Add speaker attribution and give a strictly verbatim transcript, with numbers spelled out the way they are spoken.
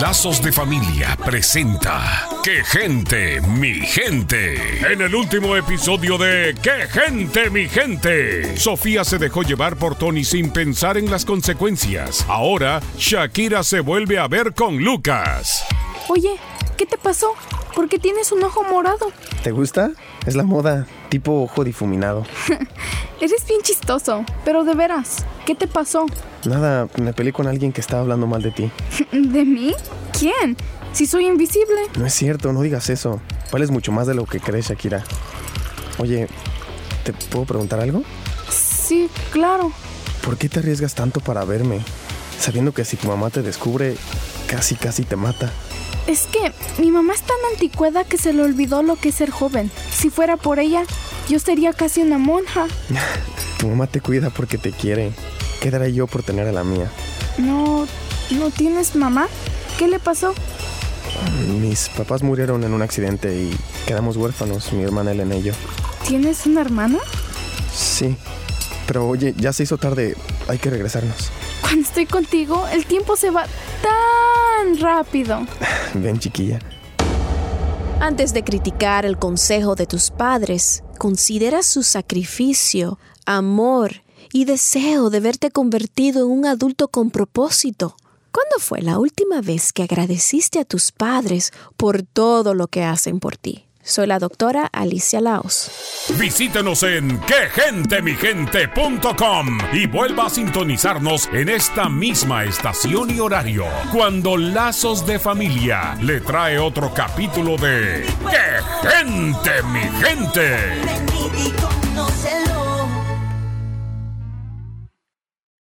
Speaker 1: Lazos de Familia presenta ¡Qué gente, mi gente! En el último episodio de ¡Qué gente, mi gente! Sofía se dejó llevar por Tony sin pensar en las consecuencias. Ahora, Shakira se vuelve a ver con Lucas.
Speaker 2: Oye, ¿qué te pasó? ¿Por qué tienes un ojo morado?
Speaker 3: ¿Te gusta? Es la moda, tipo ojo difuminado.
Speaker 2: Eres bien chistoso, pero de veras, ¿qué te pasó?
Speaker 3: Nada, me peleé con alguien que estaba hablando mal de ti.
Speaker 2: ¿De mí? ¿Quién? Si soy invisible.
Speaker 3: No es cierto, no digas eso. Vales mucho más de lo que crees, Shakira. Oye, ¿te puedo preguntar algo?
Speaker 2: Sí, claro.
Speaker 3: ¿Por qué te arriesgas tanto para verme? Sabiendo que si tu mamá te descubre, casi casi te mata.
Speaker 2: Es que mi mamá es tan anticuada que se le olvidó lo que es ser joven. Si fuera por ella, yo sería casi una monja.
Speaker 3: Tu mamá te cuida porque te quiere. ¿Qué daré yo por tener a la mía?
Speaker 2: No, ¿no tienes mamá? ¿Qué le pasó?
Speaker 3: Mis papás murieron en un accidente y quedamos huérfanos, mi hermana Elena y yo.
Speaker 2: ¿Tienes una hermana?
Speaker 3: Sí, pero oye, ya se hizo tarde, hay que regresarnos.
Speaker 2: Cuando estoy contigo, el tiempo se va tan rápido.
Speaker 3: Ven, chiquilla.
Speaker 4: Antes de criticar el consejo de tus padres, considera su sacrificio, amor y deseo de verte convertido en un adulto con propósito. ¿Cuándo fue la última vez que agradeciste a tus padres por todo lo que hacen por ti? Soy la doctora Alicia Laos.
Speaker 1: Visítenos en que gente mi gente punto com y vuelva a sintonizarnos en esta misma estación y horario cuando Lazos de Familia le trae otro capítulo de ¡Qué gente, mi gente!